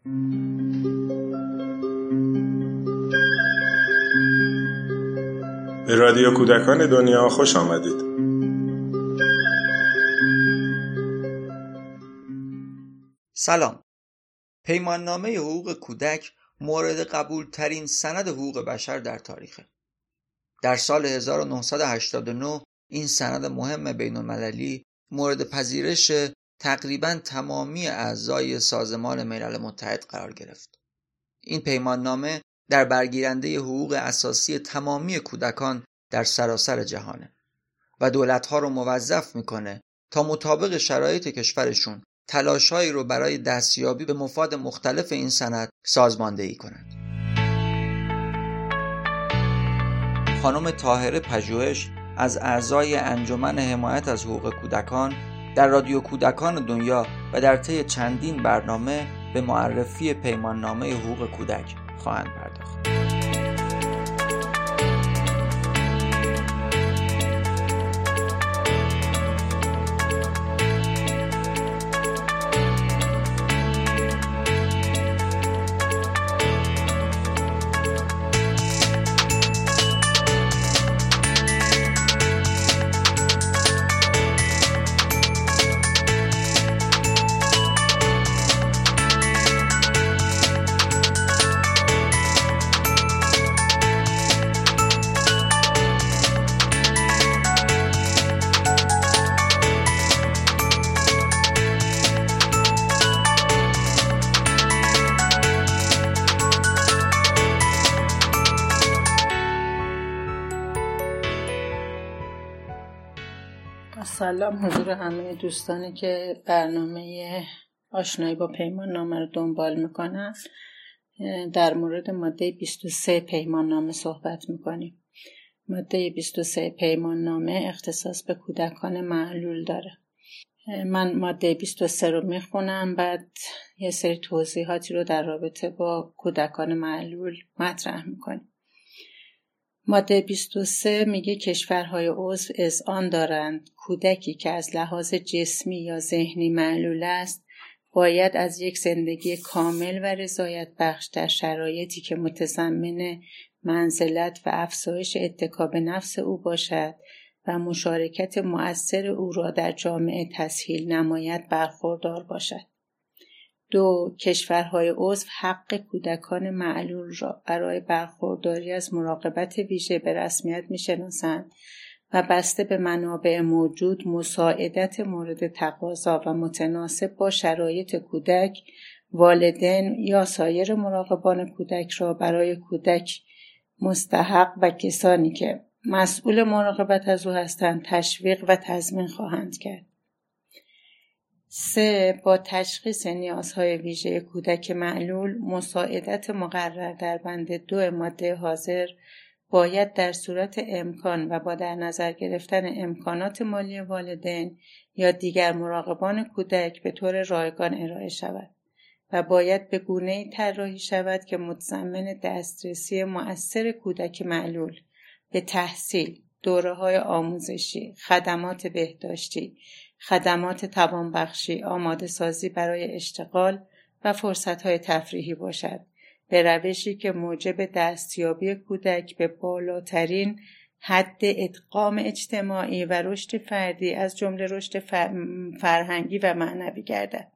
به رادیو کودکان دنیا خوش آمدید. سلام. پیماننامه حقوق کودک مورد قبول ترین سند حقوق بشر در تاریخه. در سال 1989 این سند مهم بین المللی مورد پذیرش تقریباً تمامی اعضای سازمان ملل متحد قرار گرفت. این پیماننامه در برگیرنده حقوق اساسی تمامی کودکان در سراسر جهانه و دولت‌ها رو موظف میکنه تا مطابق شرایط کشورشون تلاش‌هایی رو برای دستیابی به مفاد مختلف این سند سازماندهی کنند. خانم طاهره پژوهش از اعضای انجمن حمایت از حقوق کودکان در رادیو کودکان دنیا و در طی چندین برنامه به معرفی پیماننامه حقوق کودک خواهند پرداخت. سلام حضور همه دوستانی که برنامه آشنایی با پیماننامه رو دنبال میکنن. در مورد ماده 23 پیماننامه صحبت میکنیم. ماده 23 پیماننامه اختصاص به کودکان معلول داره. من ماده 23 رو میخونم، بعد یه سری توضیحاتی رو در رابطه با کودکان معلول مطرح میکنیم. ماده 23 میگه کشورهای عضو اذعان دارند کودکی که از لحاظ جسمی یا ذهنی معلول است باید از یک زندگی کامل و رضایت بخش در شرایطی که متضمن منزلت و افزایش اتکا به نفس او باشد و مشارکت مؤثر او را در جامعه تسهیل نماید برخوردار باشد. 2. کشورهای عضو حق کودکان معلول را برای برخورداری از مراقبت ویژه به رسمیت می‌شناسند و بسته به منابع موجود مساعدت مورد تقاضا و متناسب با شرایط کودک، والدین یا سایر مراقبان کودک را برای کودک مستحق و کسانی که مسئول مراقبت از او هستند تشویق و تضمین خواهند کرد. 3. با تشخیص نیازهای ویژه کودک معلول، مساعدت مقرر در بند 2 ماده حاضر باید در صورت امکان و با در نظر گرفتن امکانات مالی والدین یا دیگر مراقبان کودک به طور رایگان ارائه شود و باید به گونه‌ای طراحی شود که متضمن دسترسی مؤثر کودک معلول به تحصیل، دوره‌های آموزشی، خدمات بهداشتی، خدمات توانبخشی، آماده سازی برای اشتغال و فرصت‌های تفریحی باشد، به روشی که موجب دستیابی کودک به بالاترین حد ادغام اجتماعی و رشد فردی از جمله رشد فرهنگی و معنوی گردد.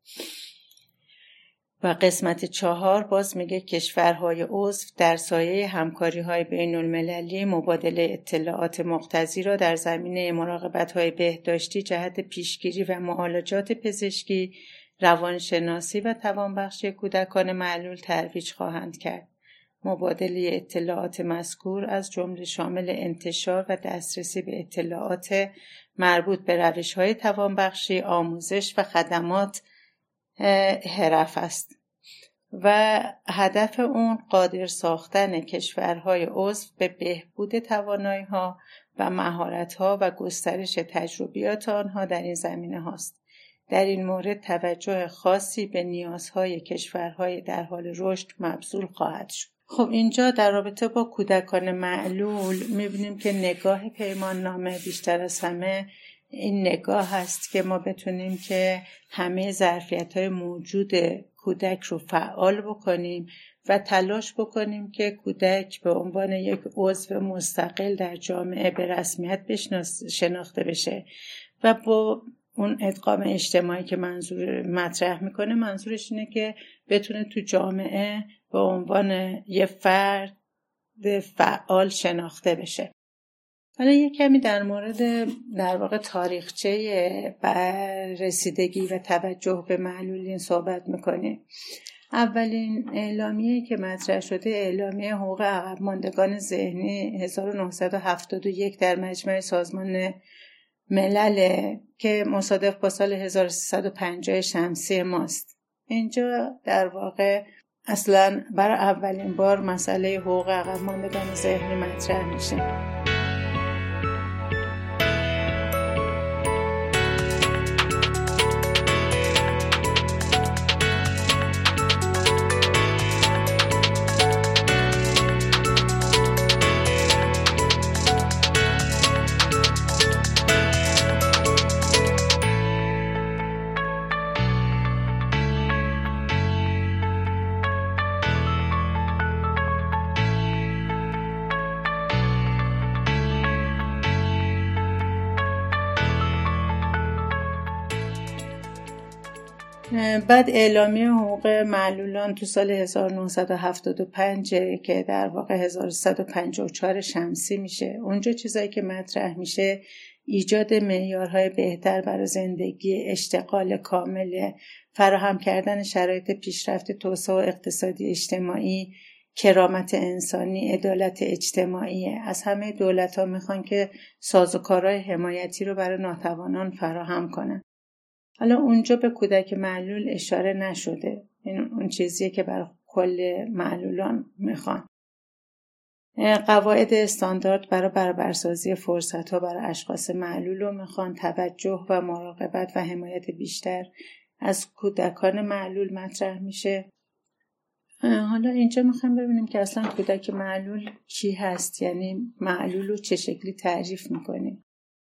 و قسمت 4 باز میگه کشورهای عضو در سایه همکاری‌های بین‌المللی مبادله اطلاعات مقتضی را در زمینه مراقبت‌های بهداشتی جهت پیشگیری و معالجات پزشکی، روانشناسی و توانبخشی کودکان معلول ترویج خواهند کرد. مبادله اطلاعات مذکور از جمله شامل انتشار و دسترسی به اطلاعات مربوط به روش‌های توانبخشی، آموزش و خدمات حرف است و هدف اون قادر ساختن کشورهای عضو به بهبود توانایی‌ها و مهارت‌ها و گسترش تجربیات آنها در این زمینه هاست. در این مورد توجه خاصی به نیازهای کشورهای در حال رشد مبذول خواهد شد. خب اینجا در رابطه با کودکان معلول می‌بینیم که نگاه پیماننامه بیشتر از همه این نگاه هست که ما بتونیم که همه ظرفیت‌های موجود کودک رو فعال بکنیم و تلاش بکنیم که کودک به عنوان یک عضو مستقل در جامعه به رسمیت شناخته بشه و با اون ادغام اجتماعی که منظور مطرح میکنه، منظورش اینه که بتونه تو جامعه به عنوان یه فرد فعال شناخته بشه. حالا یه کمی در مورد در واقع تاریخچه رسیدگی و توجه به معلولین صحبت میکنیم. اولین اعلامیه‌ای که مطرح شده اعلامیه حقوق عقب ماندگان ذهنی 1971 در مجمع سازمان ملل که مصادف با سال 1350 شمسی ماست. اینجا در واقع اصلا برای اولین بار مسئله حقوق عقب ماندگان ذهنی مطرح میشه. بعد اعلامیه حقوق معلولان تو سال 1975 که در واقع 1354 شمسی میشه. اونجا چیزایی که مطرح میشه ایجاد معیارهای بهتر برای زندگی، اشتغال کامل، فراهم کردن شرایط پیشرفت توسعه اقتصادی اجتماعی، کرامت انسانی، عدالت اجتماعی. از همه دولت‌ها میخوان که سازوکارهای حمایتی رو برای ناتوانان فراهم کنن. حالا اونجا به کودک معلول اشاره نشده. این اون چیزیه که برای کل معلولان میخوان. قواعد استاندارد برای برابرسازی فرصت‌ها برای اشخاص معلول رو میخوان. توجه و مراقبت و حمایت بیشتر از کودکان معلول مطرح میشه. حالا اینجا میخوام ببینیم که اصلا کودک معلول کی هست، یعنی معلول رو چه شکلی تعریف میکنیم.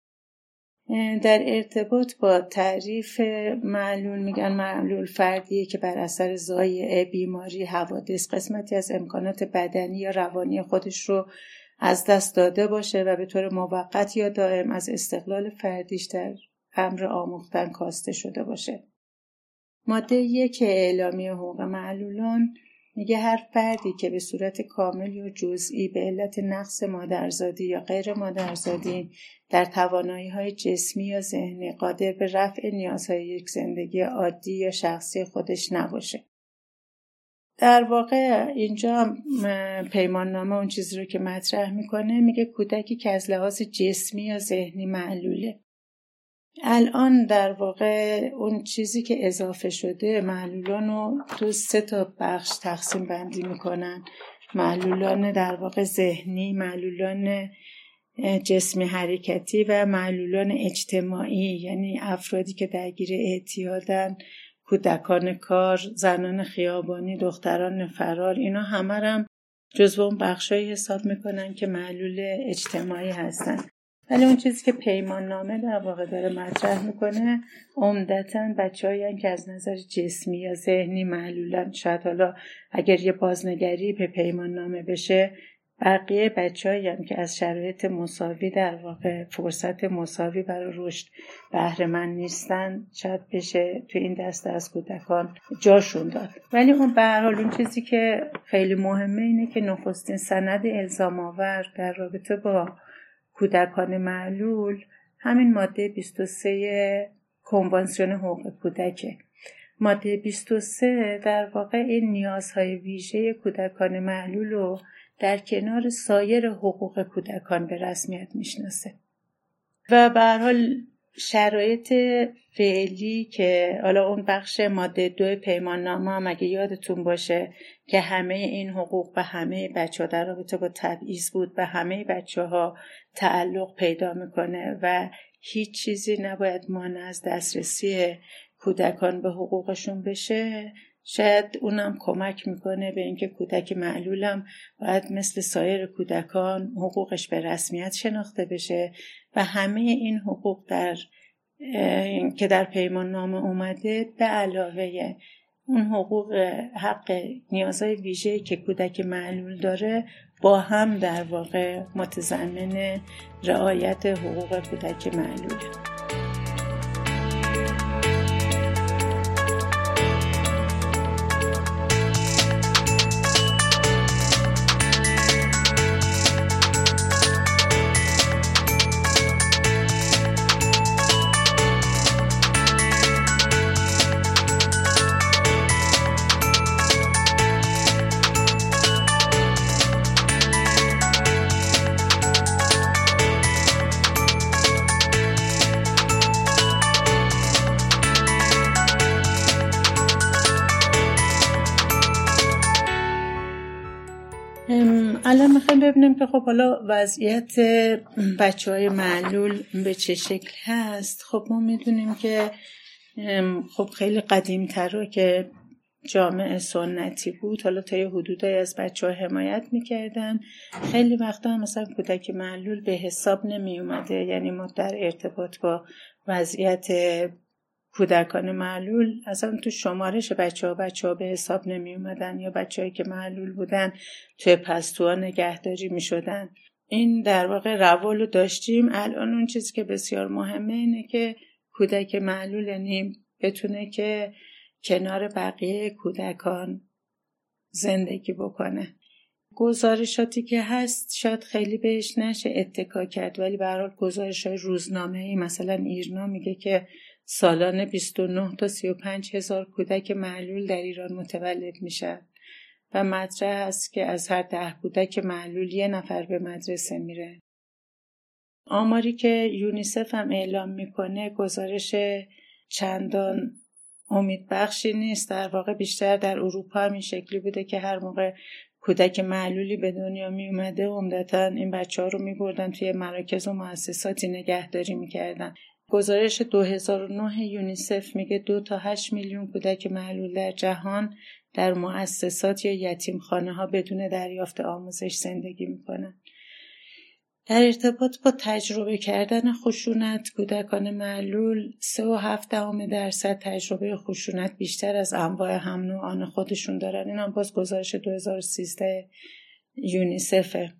در ارتباط با تعریف معلول میگن معلول فردیه که بر اثر ضایعه، بیماری، حوادث قسمتی از امکانات بدنی یا روانی خودش رو از دست داده باشه و به طور موقت یا دائم از استقلال فردیش در امر آموختن کاسته شده باشه. ماده 1 اعلامیه حقوق معلولان میگه هر فردی که به صورت کامل یا جزئی به علت نقص مادرزادی یا غیر مادرزادی در توانایی‌های جسمی یا ذهنی قادر به رفع نیازهای یک زندگی عادی یا شخصی خودش نباشه. در واقع اینجا پیمان نامه اون چیزی رو که مطرح میکنه میگه کودکی که از لحاظ جسمی یا ذهنی معلوله. الان در واقع اون چیزی که اضافه شده معلولان رو تو 3 بخش تقسیم بندی میکنن. معلولان در واقع ذهنی، معلولان جسمی حرکتی و معلولان اجتماعی، یعنی افرادی که درگیر اعتیادن، کودکان کار، زنان خیابانی، دختران فرار. اینا همه هم جزو اون بخشایی حساب میکنن که معلول اجتماعی هستن. ولی اون چیزی که پیمان نامه در واقع داره مطرح میکنه عمدتاً بچه‌هایی که از نظر جسمی یا ذهنی معلولن. شاید حالا اگر یه بازنگری به پیمان نامه بشه بقیه بچه‌هایی که از شرایط مساوی در واقع فرصت مساوی برای رشد بهره مند نیستن شاید بشه تو این دسته از کودکان جاشون داد. ولی اون به هر حال اون چیزی که خیلی مهمه اینه که نخستین سند الزام آور در رابطه با کودکان معلول همین ماده 23 کنوانسیون حقوق کودکه. ماده 23 در واقع این نیازهای ویژه کودکان معلول رو در کنار سایر حقوق کودکان به رسمیت میشناسه و به هر حال شرایط فعلی که حالا اون بخش ماده 2 پیمان نامه هم اگه یادتون باشه که همه این حقوق به همه بچه ها در رابطه با تبعیض بود، به همه بچه ها تعلق پیدا میکنه و هیچ چیزی نباید مانع از دسترسی کودکان به حقوقشون بشه. شاید اونم کمک میکنه به اینکه کودک معلولم باید مثل سایر کودکان حقوقش به رسمیت شناخته بشه و همه این حقوق که در پیمان نامه اومده به علاوه اون حقوق حق نیازهای ویژه‌ای که کودک معلول داره با هم در واقع متضمن رعایت حقوق کودک معلوله. الان میخوایم ببینیم که خب حالا وضعیت بچه‌های معلول به چه شکل هست. خب ما میدونیم که خب خیلی قدیم‌تر که جامعه سنتی بود، حالا تا یه حدودی از بچه‌ها حمایت میکردن. خیلی وقتا هم مثلا کودک معلول به حساب نمی اومده، یعنی ما در ارتباط با وضعیت کودکان معلول اصلا تو شمارش بچه‌ها به حساب نمی اومدن، یا بچه‌هایی که معلول بودن توی پستوها نگهداری می شدن. این در واقع روالو داشتیم. الان اون چیزی که بسیار مهمه اینه که کودک معلول یعنی بتونه که کنار بقیه کودکان زندگی بکنه. گزارشاتی که هست شاید خیلی بهش نشه اتکا کرد، ولی به هر حال گزارش‌های روزنامه‌ای مثلا ایرنا میگه که سالانه 29 تا 35 هزار کودک معلول در ایران متولد میشن و مطرح است که از هر 10 کودک معلول 1 نفر به مدرسه میره. آماری که یونیسف هم اعلام میکنه گزارش چندان امیدبخشی نیست. در واقع بیشتر در اروپا هم این شکلی بوده که هر موقع کودک معلولی به دنیا می اومده عمدتاً این بچه‌ها رو می‌بردن توی مراکز و مؤسساتی نگهداری می‌کردن. گزارش 2009 یونیسف میگه 2 تا 8 میلیون کودک معلول در جهان در مؤسسات یا یتیمخانه‌ها بدون دریافت آموزش زندگی می‌کنن. در ارتباط با تجربه کردن خشونت، کودکان معلول 3.7% تجربه خشونت بیشتر از انواع هم نوعان خودشون دارن. این هم باز گزارش 2013 یونیسفه.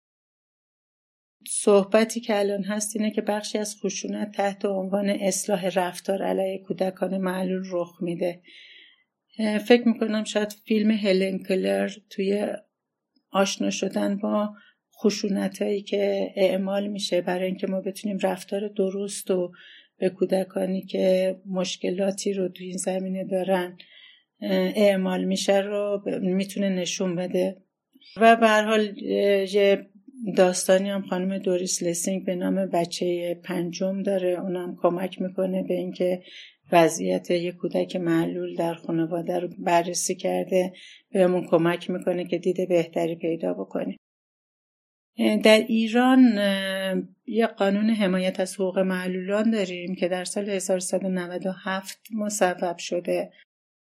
صحبتی که الان هست اینه که بخشی از خشونت تحت عنوان اصلاح رفتار علیه کودکان معلول رخ میده. فکر میکنم شاید فیلم هلن کلر توی آشنا شدن با خشونتایی که اعمال میشه برای اینکه ما بتونیم رفتار درست و به کودکانی که مشکلاتی رو توی این زمینه دارن اعمال میشه رو میتونه نشون بده. و به هر حال یه داستانی هم خانم دوریس لسینگ به نام بچه پنجم داره. اونم کمک میکنه به اینکه وضعیت یک کودک معلول در خانواده رو بررسی کرده، بهمون کمک میکنه که دید بهتری پیدا بکنیم. در ایران یک قانون حمایت از حقوق معلولان داریم که در سال 1197 مصوب شده.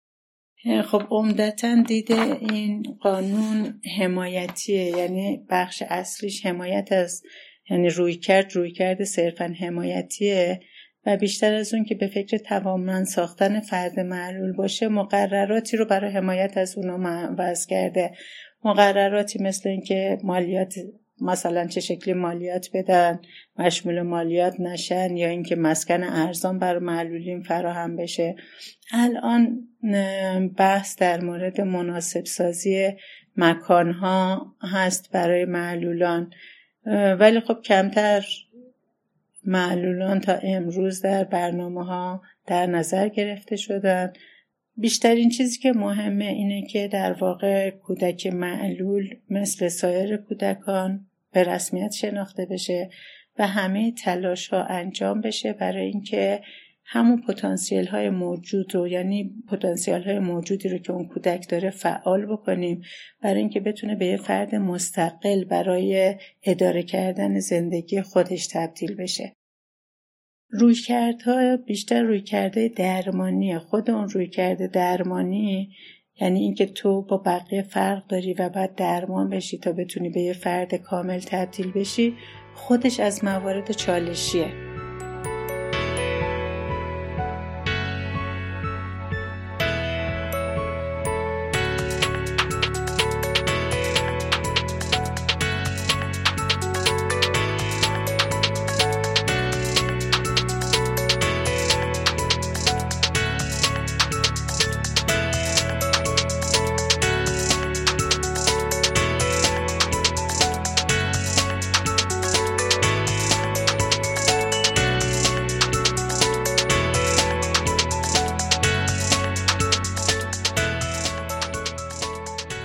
خب عمدتاً دیده این قانون حمایتیه، یعنی بخش اصلیش حمایت از یعنی رویکرد صرفاً حمایتیه و بیشتر از اون که به فکر توانمند ساختن فرد معلول باشه مقرراتی رو برای حمایت از اونا وضع کرده. مقرراتی مثل این که مالیات مثلا چه شکلی مالیات بدن، مشمول مالیات نشن، یا اینکه مسکن ارزان برای معلولین فراهم بشه. الان بحث در مورد مناسب سازی مکانها هست برای معلولان، ولی خب کمتر معلولان تا امروز در برنامه‌ها در نظر گرفته شدن. بیشترین چیزی که مهمه اینه که در واقع کودک معلول مثل سایر کودکان به رسمیت شناخته بشه و همه تلاش‌ها انجام بشه برای اینکه همون پتانسیل‌های موجود رو، یعنی پتانسیل‌های موجودی رو که اون کودک داره فعال بکنیم برای اینکه بتونه به یه فرد مستقل برای اداره کردن زندگی خودش تبدیل بشه. رویکردها بیشتر رویکرد درمانیه. خود اون رویکرد درمانی یعنی اینکه تو با بقیه فرق داری و بعد درمان بشی تا بتونی به یه فرد کامل تبدیل بشی، خودش از موارد چالشیه.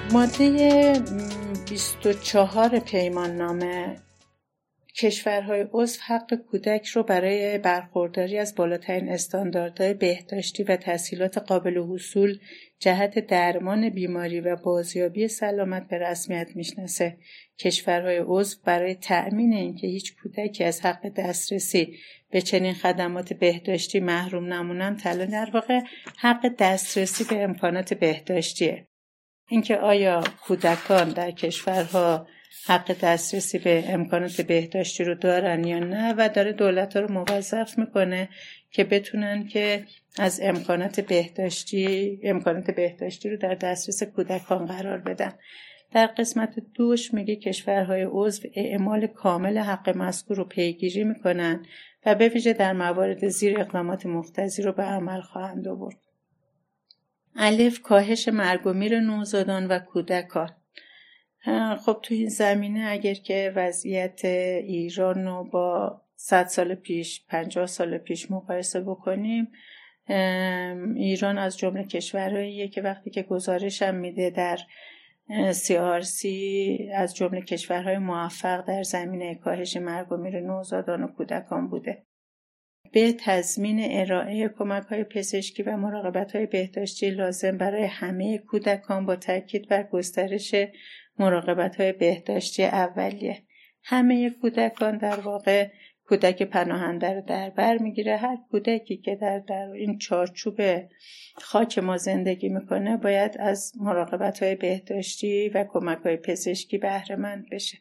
ماده 24 پیمان نامه کشورهای عضو حق کودک رو برای برخورداری از بالاترین استانداردهای بهداشتی و تسهیلات قابل حصول جهت درمان بیماری و بازیابی سلامت به رسمیت میشناسه. کشورهای عضو برای تأمین اینکه هیچ کودکی از حق دسترسی به چنین خدمات بهداشتی محروم نمونن، در واقع حق دسترسی به امکانات بهداشتیه. اینکه آیا کودکان در کشورها حق دسترسی به امکانات بهداشتی رو دارن یا نه و داره دولت‌ها رو موظف میکنه که بتونن که از امکانات بهداشتی رو در دسترس کودکان قرار بدن. در قسمت 2 میگه کشورهای عضو اعمال کامل حق مذکور رو پیگیری میکنن و به ویژه در موارد زیر اقدامات مقتضی رو به عمل خواهند آورد. الف، کاهش مرگ و میر نوزادان و کودکان. خب تو این زمینه اگر که وضعیت ایران رو با 100 سال پیش 50 سال پیش مقایسه بکنیم، ایران از جمله کشورهاییه که وقتی که گزارش هم میده در CRC از جمله کشورهای موفق در زمینه کاهش مرگ و میر نوزادان و کودکان بوده. به تضمین ارائه کمک‌های پزشکی و مراقبت‌های بهداشتی لازم برای همه کودکان با تاکید بر گسترش مراقبت‌های بهداشتی اولیه. همه کودکان در واقع کودک پناهنده رو در بر میگیره. هر کودکی که در این چارچوب خاک ما زندگی میکنه باید از مراقبت‌های بهداشتی و کمک‌های پزشکی بهره مند بشه.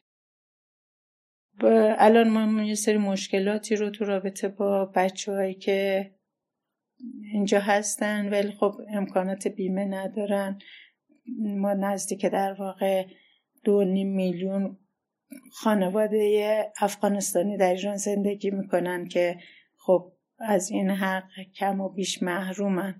الان ما یه سری مشکلاتی رو تو رابطه با بچه‌هایی که اینجا هستن ولی خب امکانات بیمه ندارن. ما نزدیک در واقع 2.5 میلیون خانواده افغانستانی در ایران زندگی میکنن که خب از این حق کم و بیش محرومن.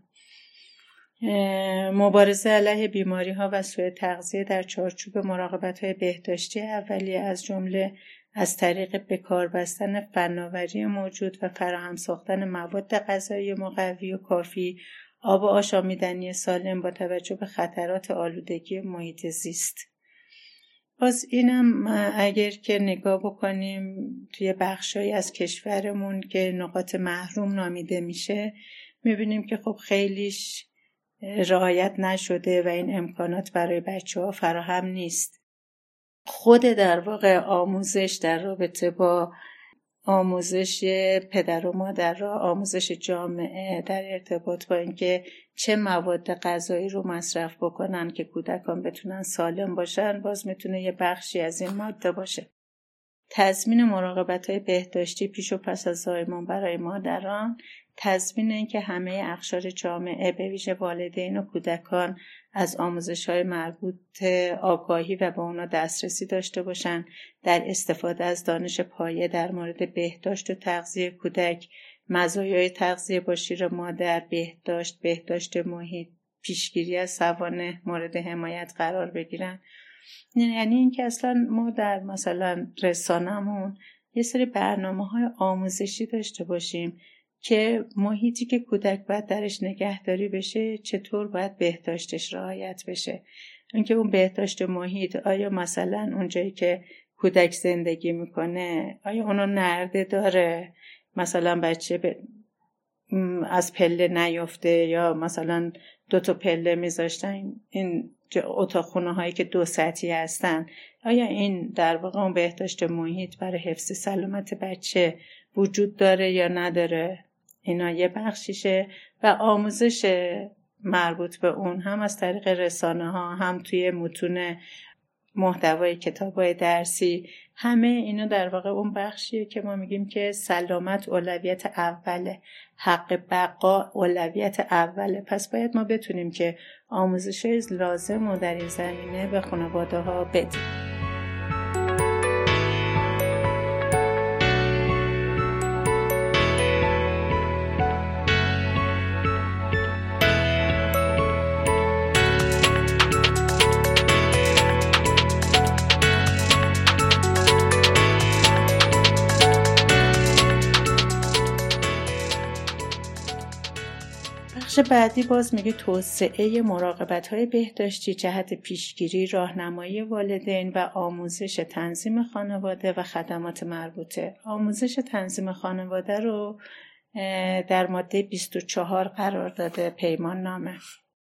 مبارزه علیه بیماری ها و سوء تغذیه در چارچوب مراقبت های بهداشتی اولیه از جمله از طریق به کار بستن فناوری موجود و فراهم ساختن مواد غذایی مقوی و کافی، آب و آشامیدنی سالم با توجه به خطرات آلودگی محیط زیست. باز اینم اگر که نگاه بکنیم توی بخشایی از کشورمون که نقاط محروم نامیده میشه میبینیم که خب خیلیش رعایت نشده و این امکانات برای بچه‌ها فراهم نیست. خود در واقع آموزش در رابطه با آموزش پدر و مادر، آموزش جامعه در ارتباط با اینکه چه مواد غذایی رو مصرف بکنن که کودکان بتونن سالم باشن، باز میتونه یه بخشی از این ماده باشه. تضمین مراقبت‌های بهداشتی پیش و پس از زایمان برای مادران، تضمین اینکه همه اقشار جامعه به ویژه والدین و کودکان از آموزش‌های مربوط آگاهی و به اونا دسترسی داشته باشن در استفاده از دانش پایه در مورد بهداشت و تغذیه کودک، مزایای تغذیه با شیر مادر، بهداشت محیط، پیشگیری از سوانح مورد حمایت قرار بگیرن. یعنی اینکه اصلا ما در مثلا رسانه‌مون یه سری برنامه‌های آموزشی داشته باشیم که محیطی که کودک باید درش نگهداری بشه چطور باید بهداشتش رعایت بشه. اینکه اون بهداشت محیط، آیا مثلا اونجایی که کودک زندگی میکنه آیا اونو نرده داره، مثلا بچه از پله نیفته، یا مثلا 2 پله میذاشتن این اتاق خونه هایی که 2 سطحی هستن، آیا این در واقع اون بهداشت محیط برای حفظ سلامت بچه وجود داره یا نداره. اینا یه بخشیشه و آموزش مربوط به اون هم از طریق رسانه ها، هم توی متون محتوای کتابای درسی، همه اینا در واقع اون بخشیه که ما میگیم که سلامت اولویت اوله، حق بقا اولویت اوله. پس باید ما بتونیم که آموزش لازم رو در این زمینه به خانواده ها بدیم. بخش بعدی باز میگه توسعه مراقبت‌های بهداشتی جهت پیشگیری، راهنمایی والدین و آموزش تنظیم خانواده و خدمات مربوطه. آموزش تنظیم خانواده رو در ماده 24 قرار داده پیمان نامه.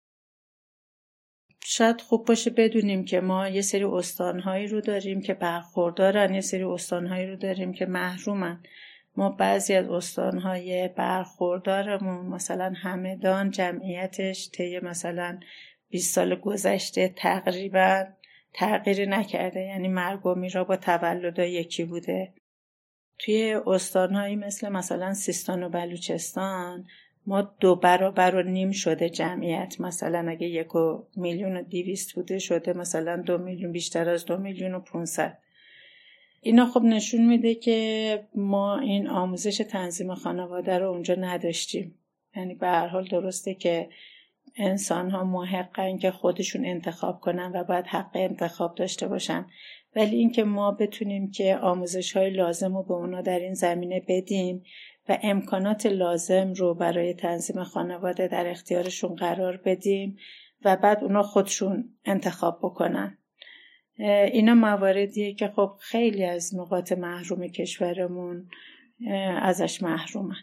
شاید خوب باشه بدونیم که ما یه سری استانهایی رو داریم که برخوردارن، یه سری استانهایی رو داریم که محرومن. ما بعضی از استانهای برخوردارمون مثلا همدان جمعیتش طی مثلا 20 سال گذشته تقریبا تغییری نکرده، یعنی مرگ و میرا با تولد یکی بوده. توی استانهایی مثلا سیستان و بلوچستان ما 2.5 برابر شده جمعیت. مثلا اگه 1,200,000 بوده شده مثلا 2 میلیون، بیشتر از 2,500,000. اینا خب نشون میده که ما این آموزش تنظیم خانواده رو اونجا نداشتیم. یعنی به هر حال درسته که انسان ها محقن که خودشون انتخاب کنن و باید حق انتخاب داشته باشن، ولی اینکه ما بتونیم که آموزش های لازم رو به اونا در این زمینه بدیم و امکانات لازم رو برای تنظیم خانواده در اختیارشون قرار بدیم و بعد اونا خودشون انتخاب بکنن. اینا مواردیه که خب خیلی از نقاط محروم کشورمون ازش محرومن.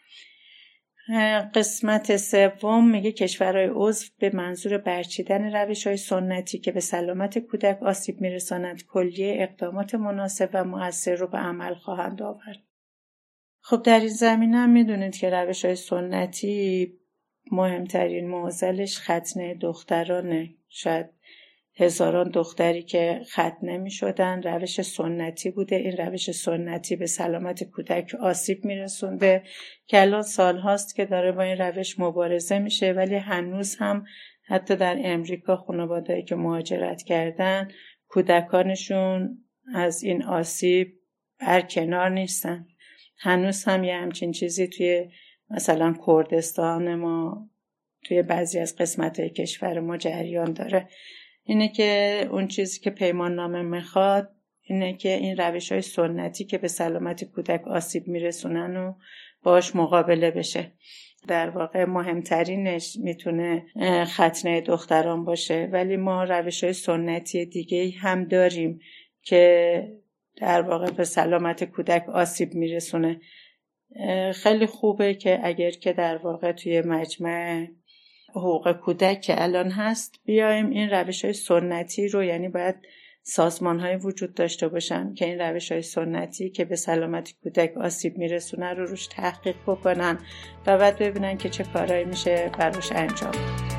قسمت سوم میگه کشورهای عضو به منظور برچیدن روش‌های سنتی که به سلامت کودک آسیب میرساند کلیه اقدامات مناسب و مؤثر رو به عمل خواهند آورد. خب در این زمینه هم میدونید که روش‌های سنتی مهمترین معضلش ختنه دخترانه. شاید هزاران دختری که ختنه می شدن روش سنتی بوده. این روش سنتی به سلامت کودک آسیب می رسونده که الان سال هاست که داره با این روش مبارزه میشه، ولی هنوز هم حتی در امریکا خانواده‌ای که مهاجرت کردن کودکانشون از این آسیب برکنار نیستن. هنوز هم یه همچین چیزی توی مثلا کردستان ما توی بعضی از قسمت‌های کشور ما جریان داره. اینه که اون چیزی که پیمان نامه میخواد اینه که این روش‌های سنتی که به سلامت کودک آسیب میرسونن و باش مقابله بشه. در واقع مهمترینش میتونه ختنه دختران باشه، ولی ما روش‌های سنتی دیگه هم داریم که در واقع به سلامت کودک آسیب میرسونه. خیلی خوبه که اگر که در واقع توی مجمع حقوق کودک که الان هست بیایم این روش‌های سنتی رو، یعنی باید سازمان‌های وجود داشته باشن که این روش‌های سنتی که به سلامت کودک آسیب میرسونه رو روش تحقیق بکنن و بعد ببینن که چه کارایی میشه براش انجام داد.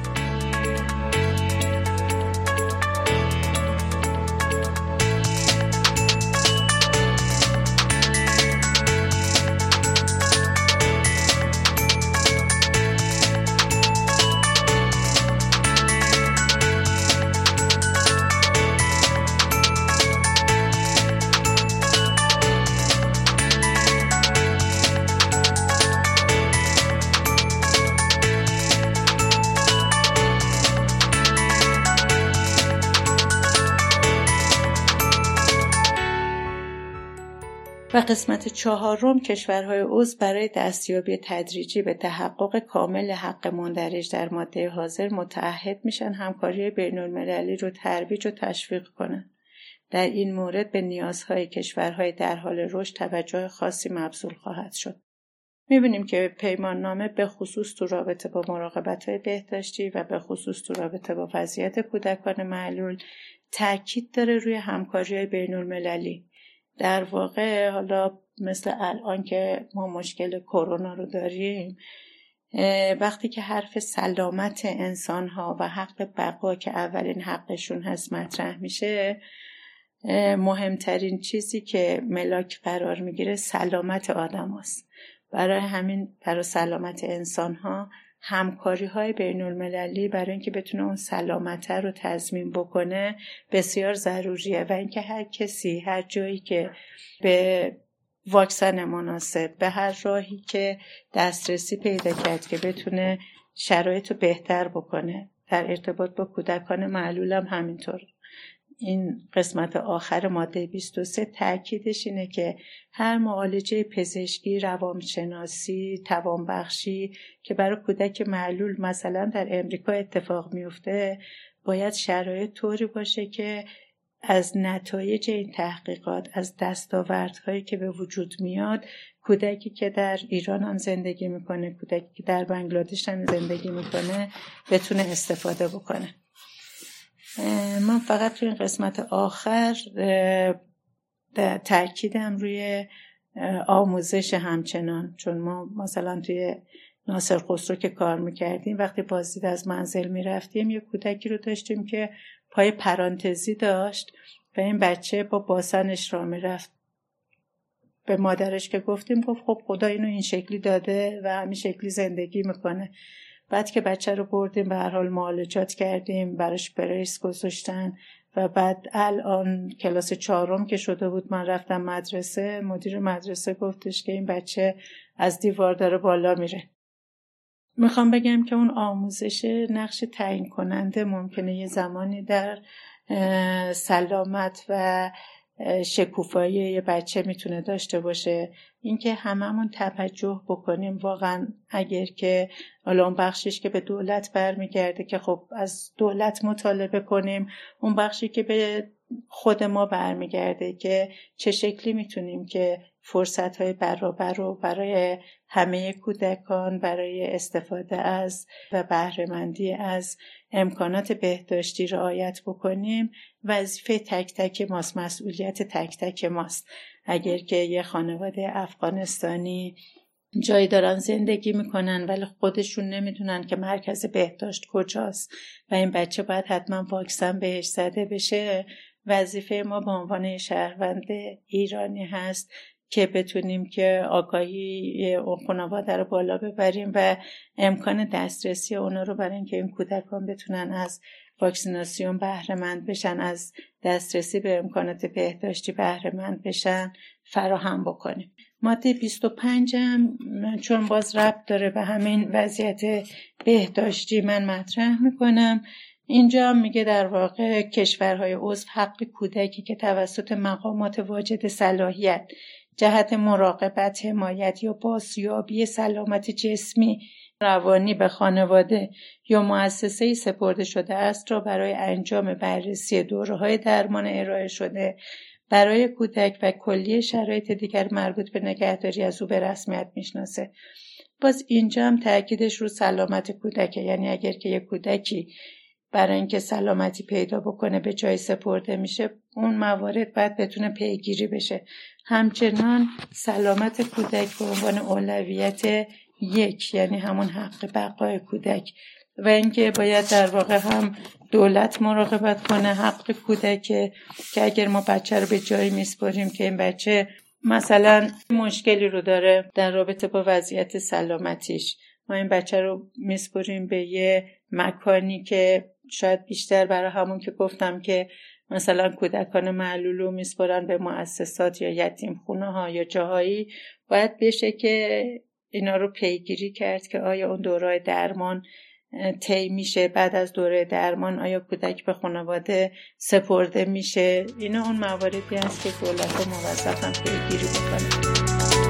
و قسمت 4 کشورهای عضو برای دستیابی تدریجی به تحقق کامل حق مندرج در ماده حاضر متعهد میشن همکاری بین‌المللی رو ترویج و تشویق کنن. در این مورد به نیازهای کشورهای در حال رشد توجه خاصی مبذول خواهد شد. می‌بینیم که پیمان نامه به خصوص تو رابطه با مراقبت‌های بهداشتی و به خصوص تو رابطه با وضعیت کودکان معلول تاکید داره روی همکاری‌های بین‌المللی. در واقع حالا مثل الان که ما مشکل کرونا رو داریم، وقتی که حرف سلامت انسان‌ها و حق بقا که اولین حقشون هست مطرح میشه، مهمترین چیزی که ملاک قرار میگیره سلامت آدم هست. برای همین برای سلامت انسان‌ها همکاری‌های بین‌المللی برای اینکه بتونه اون سلامت رو تضمین بکنه بسیار ضروریه و اینکه هر کسی هر جایی که به واکسن مناسب به هر راهی که دسترسی پیدا کرد که بتونه شرایط رو بهتر بکنه. در ارتباط با کودکان معلول هم همینطور. این قسمت آخر ماده 23 تأکیدش اینه که هر معالجه پزشکی، روانشناسی، توانبخشی که برای کودک معلول مثلا در امریکا اتفاق میفته باید شرایط طوری باشه که از نتایج این تحقیقات، از دستاوردهایی که به وجود میاد، کودکی که در ایران هم زندگی میکنه، کودکی که در بنگلادش هم زندگی میکنه بتونه استفاده بکنه. من فقط توی این قسمت آخر تأکیدم روی آموزش همچنان، چون ما مثلا توی ناصر خسرو که کار میکردیم وقتی بازدید از منزل میرفتیم یه کودکی رو داشتیم که پای پرانتزی داشت و این بچه با باسنش را میرفت. به مادرش که گفتیم گفت خب خدا اینو این شکلی داده و همین شکلی زندگی میکنه. بعد که بچه رو بردیم به هر حال معالجات کردیم، براش بریس گذاشتن و بعد الان کلاس 4 که شده بود من رفتم مدرسه، مدیر مدرسه گفتش که این بچه از دیوار داره بالا میره. میخوام بگم که اون آموزش نقش تعیین کننده ممکنه یه زمانی در سلامت و شکوفایی یه بچه میتونه داشته باشه. اینکه هممون توجه بکنیم واقعا، اگر که الان بخشش که به دولت برمیگرده که خب از دولت مطالبه کنیم، اون بخشی که به خود ما برمیگرده که چه شکلی میتونیم که فرصت‌های برابر رو برای همه کودکان برای استفاده از و بهره‌مندی از امکانات بهداشتی رعایت بکنیم. وظیفه تک تک ماست، مسئولیت تک تک ماست. اگر که یه خانواده افغانستانی جایی دارن زندگی میکنن ولی خودشون نمیدونن که مرکز بهداشت کجاست و این بچه باید حتما واکسن بهش زده بشه، وظیفه ما به عنوان شهروند ایرانی هست که بتونیم که آگاهی اون خانواده رو بالا ببریم و امکان دسترسی اونا رو برای اینکه این کودکان بتونن از واکسیناسیون بهره مند بشن، از دسترسی به امکانات بهداشتی بهره مند بشن فراهم بکنیم. ماده 25 هم چون باز ربط داره به همین وضعیت بهداشتی من مطرح میکنم. اینجا میگه در واقع کشورهای عضو حق کودکی که توسط مقامات واجد صلاحیت جهت مراقبت، حمایت یا بازیابی سلامت جسمی روانی به خانواده یا مؤسسه‌ای سپرده شده است را برای انجام بررسی دوره‌های درمان ارائه شده برای کودک و کلیه شرایط دیگر مربوط به نگهداری از او به رسمیت میشناسه. باز اینجا هم تأکیدش رو سلامت کودک، یعنی اگر که یک کودکی برای اینکه سلامتی پیدا بکنه به جای سپرده میشه، اون موارد باید بتونه پیگیری بشه. همچنان سلامت کودک به عنوان اولویت 1، یعنی همون حق بقای کودک، و اینکه باید در واقع هم دولت مراقبت کنه حق کودک که اگر ما بچه رو به جایی میسپاریم که این بچه مثلا مشکلی رو داره در رابطه با وضعیت سلامتیش، ما این بچه رو میسپاریم به یه مکانی که شاید بیشتر برای همون که گفتم که مثلا کودکان معلول رو میسپارن به مؤسسات یا یتیم خونه ها یا جاهایی، باید بشه که اینا رو پیگیری کرد که آیا اون دوره‌های درمان طی میشه، بعد از دوره درمان آیا کودک به خانواده سپرده میشه. اینا اون مواردی هست که دولت موظفن پیگیری بکنه.